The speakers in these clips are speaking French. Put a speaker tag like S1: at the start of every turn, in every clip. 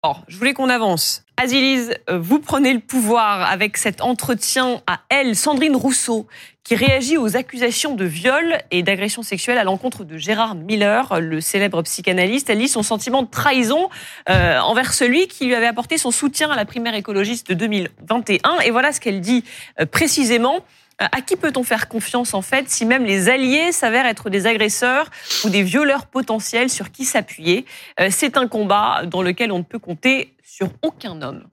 S1: Alors, je voulais qu'on avance. Azilise, vous prenez le pouvoir avec cet entretien à elle, Sandrine Rousseau, qui réagit aux accusations de viol et d'agression sexuelle à l'encontre de Gérard Miller, le célèbre psychanalyste. Elle lit son sentiment de trahison envers celui qui lui avait apporté son soutien à la primaire écologiste de 2021. Et voilà ce qu'elle dit précisément. À qui peut-on faire confiance, en fait, si même les alliés s'avèrent être des agresseurs ou des violeurs potentiels, sur qui s'appuyer? C'est un combat dans lequel on ne peut compter sur aucun homme.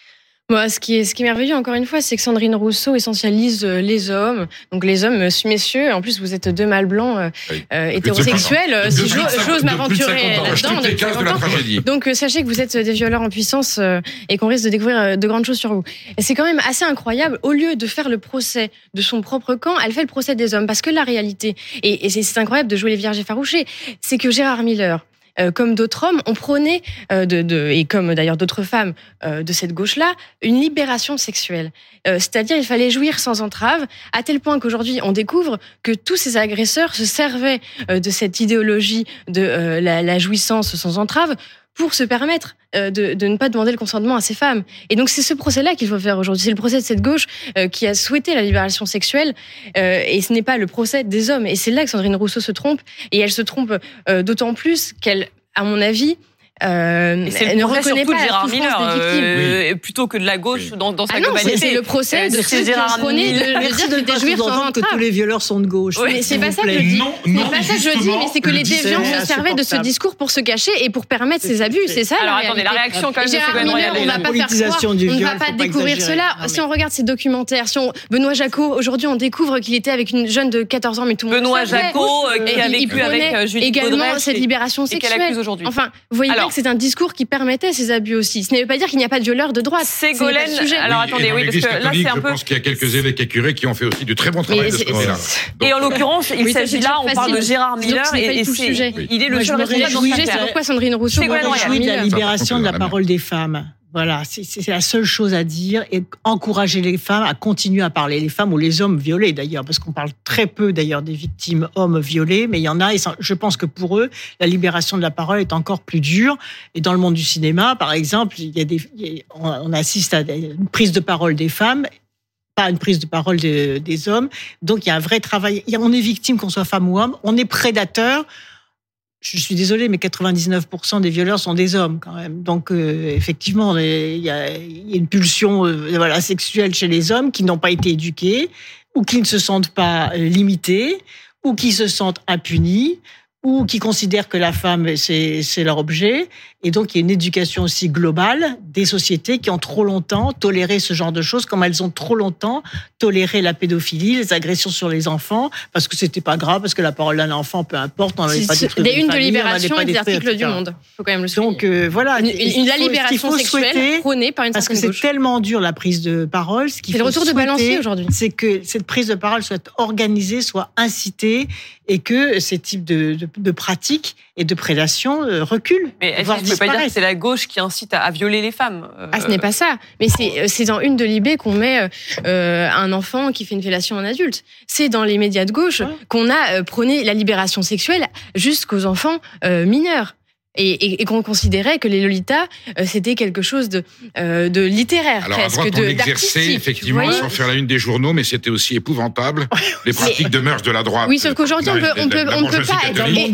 S2: Bon, ce qui est merveilleux, encore une fois, c'est que Sandrine Rousseau essentialise les hommes. Donc les hommes, messieurs, en plus vous êtes deux mâles blancs hétérosexuels, si j'ose m'aventurer là-dedans. Donc sachez que vous êtes des violeurs en puissance et qu'on risque de découvrir de grandes choses sur vous. Et c'est quand même assez incroyable, au lieu de faire le procès de son propre camp, elle fait le procès des hommes. Parce que la réalité, et c'est incroyable de jouer les vierges effarouchées, c'est que Gérard Miller, comme d'autres hommes, on prônait, et comme d'ailleurs d'autres femmes de cette gauche-là, une libération sexuelle. C'est-à-dire, il fallait jouir sans entrave, à tel point qu'aujourd'hui, on découvre que tous ces agresseurs se servaient de cette idéologie de la jouissance sans entrave pour se permettre de ne pas demander le consentement à ces femmes. Et donc c'est ce procès-là qu'il faut faire aujourd'hui. C'est le procès de cette gauche qui a souhaité la libération sexuelle, et ce n'est pas le procès des hommes. Et c'est là que Sandrine Rousseau se trompe, et elle se trompe d'autant plus qu'elle, à mon avis,
S1: et c'est
S2: ne
S1: le procès
S2: reconnaît
S1: surtout
S2: pas
S1: de Gérard
S2: la souffrance des victimes.
S1: Plutôt que de la gauche dans sa
S2: non,
S1: globalité.
S2: C'est le procès de ceux qui prenaient de dire qu'ils étaient jouir sans entrave.
S3: Que tous les violeurs sont de gauche.
S2: Oui, mais c'est pas ça que je dis. C'est pas ça que je dis, mais c'est que les déviants se servaient de ce discours pour se cacher et pour permettre ces abus. C'est ça.
S1: Alors attendez, la réaction quand même de
S2: Gérard Miller, on va pas faire croire, on ne va pas découvrir cela. Si on regarde ces documentaires, Benoît Jacot, aujourd'hui on découvre qu'il était avec une jeune de 14 ans, mais tout le monde
S1: Benoît Jacot qui a vécu avec Judith Godrèche
S2: également cette libération sexuelle. Enfin, vous voyez bien que c'est un discours qui permettait ces abus aussi. Ce ne veut pas dire qu'il n'y a pas de violeurs de droite.
S1: Ségolène, alors attendez, oui, parce que là c'est un peu...
S4: Je pense qu'il y a quelques évêques et curés qui ont fait aussi du très bon travail de ce côté-là.
S1: Et en l'occurrence, il s'agit là, on parle de Gérard Miller, et il est le seul responsable dans cette affaire.
S2: C'est pourquoi Sandrine Rousseau
S3: me réjouis de la libération de la parole des femmes. Voilà, c'est la seule chose à dire, et encourager les femmes à continuer à parler, les femmes ou les hommes violés d'ailleurs, parce qu'on parle très peu d'ailleurs des victimes hommes violés, mais il y en a, et je pense que pour eux, la libération de la parole est encore plus dure. Et dans le monde du cinéma, par exemple, on assiste à une prise de parole des femmes, pas une prise de parole des hommes. Donc il y a un vrai travail. On est victime, qu'on soit femme ou homme, on est prédateur. Je suis désolée, mais 99% des violeurs sont des hommes quand même. Donc effectivement, il y a une pulsion sexuelle chez les hommes qui n'ont pas été éduqués, ou qui ne se sentent pas limités, ou qui se sentent impunis, ou qui considèrent que la femme c'est leur objet. Et donc il y a une éducation aussi globale des sociétés qui ont trop longtemps toléré ce genre de choses, comme elles ont trop longtemps toléré la pédophilie, les agressions sur les enfants, parce que c'était pas grave, parce que la parole d'un enfant, peu importe, on n'avait pas détruit
S2: des unes de Libération et des articles du Monde. Faut quand même le souligner.
S3: Donc voilà,
S2: la libération sexuelle prônée par une certaine gauche.
S3: Parce que c'est tellement dur la prise de parole.
S2: C'est le retour de Balancier aujourd'hui.
S3: C'est que cette prise de parole soit organisée, soit incitée, et que ces types de pratiques et de prédation reculent.
S1: Mais est-ce que je ne peux pas dire que c'est la gauche qui incite à violer les femmes
S2: ce n'est pas ça. Mais c'est dans une de Libé qu'on met un enfant qui fait une fellation en adulte. C'est dans les médias de gauche qu'on a prôné la libération sexuelle jusqu'aux enfants mineurs. Et qu'on considérait que les Lolita, c'était quelque chose de littéraire.
S4: Alors, à droite, on exerçait effectivement sans faire la une des journaux, mais c'était aussi épouvantable, les pratiques de mœurs de la droite.
S2: Oui, sauf qu'aujourd'hui, on ne peut pas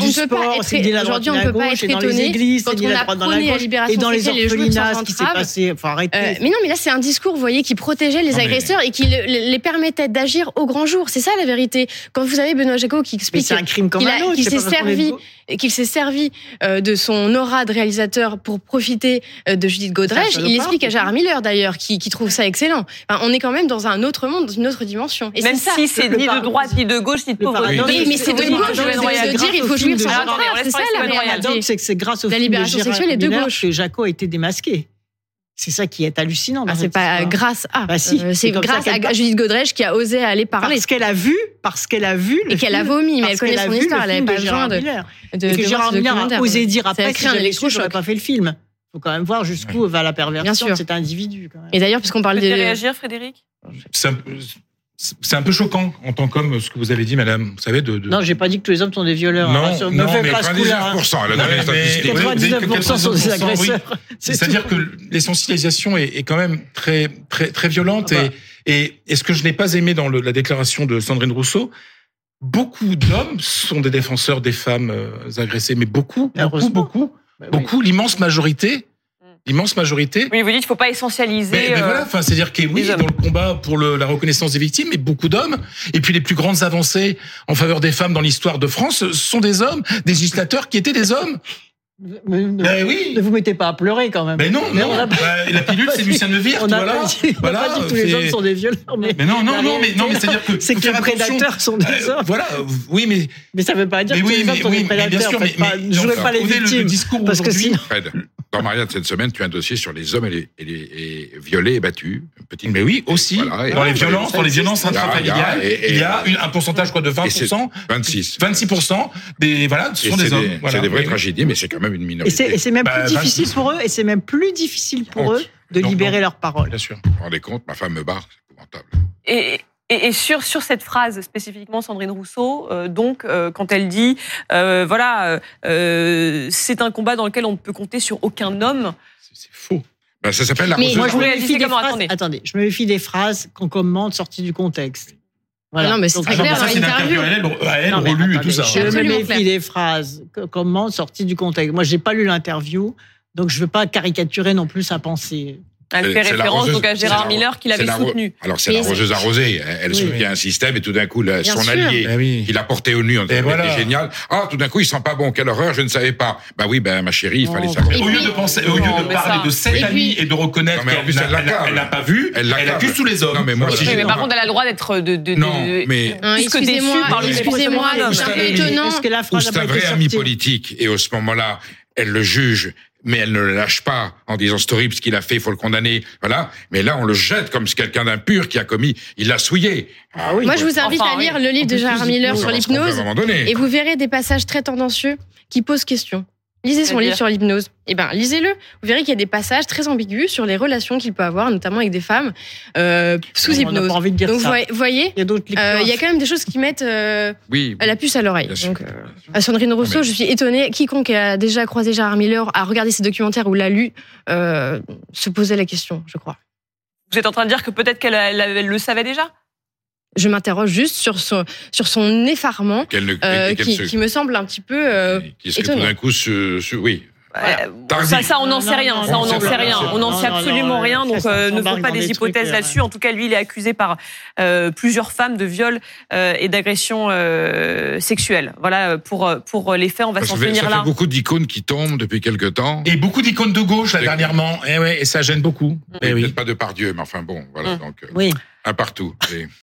S2: être étonné quand on a prôné la libération sexuelle et les jours sans entrave. Mais non, mais là, c'est un discours, vous voyez, qui protégeait les agresseurs et qui les permettait d'agir au grand jour. C'est ça, la vérité. Quand vous avez Benoît Jacot qui explique qu'il s'est servi de son aura de réalisateur pour profiter de Judith Godrèche, il explique à Gérard Miller d'ailleurs, qui trouve ça excellent. Enfin, on est quand même dans un autre monde, dans une autre dimension.
S1: Et même si c'est ni de droite, ni de gauche, ni de pauvreté.
S2: Oui, mais c'est de gauche, de dire il faut jouir sans entrave. C'est ça la réalité.
S3: C'est que c'est grâce au film de Gérard Miller que Jacot a été démasqué. C'est ça qui est hallucinant.
S2: C'est pas grâce à. C'est grâce à Judith Godrèche qui a osé aller parler.
S3: Parce qu'elle a vu.
S2: Et qu'elle a vomi, mais elle connaît son histoire. Elle n'avait pas besoin de.
S3: Et que Gérard Miller a osé dire après, si j'avais su, j'aurais pas fait le film. Il faut quand même voir jusqu'où va la perversion de cet individu.
S2: Et d'ailleurs, puisqu'on parle
S1: de réagir, Frédéric ?
S5: c'est un peu choquant en tant qu'homme, ce que vous avez dit, madame. Vous savez,
S3: Non, j'ai pas dit que tous les hommes sont des violeurs.
S5: Non,
S3: ne fais pas ce coup-là.
S4: 99%, elle a donné les statistiques.
S3: 99% sont des agresseurs.
S5: Oui. C'est-à-dire que l'essentialisation est quand même très, très, très violente. Et ce que je n'ai pas aimé dans la déclaration de Sandrine Rousseau, beaucoup d'hommes sont des défenseurs des femmes agressées, mais beaucoup, l'immense majorité.
S1: Oui, vous dites qu'il ne faut pas essentialiser.
S5: Mais voilà, c'est-à-dire que oui, dans le combat pour la reconnaissance des victimes, mais beaucoup d'hommes. Et puis les plus grandes avancées en faveur des femmes dans l'histoire de France sont des hommes, des législateurs qui étaient des hommes.
S3: Ne vous mettez pas à pleurer quand même.
S5: Mais non. La pilule, c'est Lucien Neuwirth.
S3: On n'a pas dit que tous les hommes sont des violeurs. Mais
S5: non, mais c'est-à-dire que
S3: c'est que les prédateurs sont des hommes.
S5: Voilà, oui,
S3: mais ça ne veut pas dire que tous les hommes sont des prédateurs. Ne jouez pas les victimes. Parce que sinon.
S4: Dans Marianne, cette semaine, tu as un dossier sur les hommes et les violés et battus.
S5: Mais oui, aussi. Voilà, dans les violences intrafamiliales, il y a un pourcentage de 20%. 26%. Ce sont des hommes.
S4: C'est des vraies tragédies, mais c'est quand même une minorité.
S3: Et c'est même plus difficile pour eux, et c'est même plus difficile pour eux de libérer leurs paroles.
S5: Bien sûr.
S4: Vous vous rendez compte, ma femme me barre, c'est épouvantable.
S1: Et sur cette phrase spécifiquement, Sandrine Rousseau, quand elle dit, c'est un combat dans lequel on ne peut compter sur aucun homme.
S5: C'est faux.
S4: Ça s'appelle la
S3: Moi, je me méfie des phrases. Attendez, je me méfie des phrases qu'on commente sorties du contexte.
S2: Voilà. Non, mais c'est très clair.
S5: C'est une interview à elle relue et tout ça.
S3: Je me méfie des phrases qu'on commente sorties du contexte. Moi, j'ai pas lu l'interview, donc je veux pas caricaturer non plus sa pensée.
S1: Elle fait référence donc à Gérard Miller qui l'avait soutenu.
S4: Alors c'est l'arroseuse arrosée. Elle soutient un système et tout d'un coup, son allié, qui l'a porté au nu en disant c'était génial. Ah, tout d'un coup, il sent pas bon. Quelle horreur, je ne savais pas. Bah oui, ma chérie, il fallait savoir.
S5: Au lieu de parler de cette amie et de reconnaître qu'elle n'a pas vu, elle accuse tous les hommes.
S4: Non, mais moi aussi.
S1: Mais par contre, elle a le droit d'être
S2: excusez-moi, c'est un peu étonnant.
S4: Ou c'est un vrai ami politique et à ce moment-là, elle le juge. Mais elle ne le lâche pas en disant c'est horrible ce qu'il a fait, il faut le condamner. Voilà. Mais là, on le jette comme quelqu'un d'impur qui a commis. Il l'a souillé.
S2: Moi, je vous invite à lire le livre de Gérard Miller sur l'hypnose. Et vous verrez des passages très tendancieux qui posent question. Lisez son livre sur l'hypnose. Lisez-le. Vous verrez qu'il y a des passages très ambigus sur les relations qu'il peut avoir, notamment avec des femmes sous hypnose.
S3: On n'a pas envie de dire ça.
S2: Vous voyez, il y a quand même des choses qui mettent la puce à l'oreille. Donc, à Sandrine Rousseau, je suis étonnée. Quiconque a déjà croisé Gérard Miller, a regardé ses documentaires ou l'a lu, se posait la question, je crois.
S1: Vous êtes en train de dire que peut-être qu'elle le savait déjà ?
S2: Je m'interroge juste sur son effarement, qui me semble un petit peu étonnant.
S4: Tout d'un coup, oui.
S1: Ça, on n'en sait rien. On n'en sait absolument rien. Donc, ne font pas des hypothèses là-dessus. En tout cas, lui, il est accusé par plusieurs femmes de viol et d'agression sexuelle. Voilà, pour les faits, on va s'en tenir là.
S4: Ça fait beaucoup d'icônes qui tombent depuis quelque temps.
S5: Et beaucoup d'icônes de gauche, là, dernièrement. Et ça gêne beaucoup.
S4: Peut-être pas de Pardieu, mais enfin bon, voilà. Donc, un partout.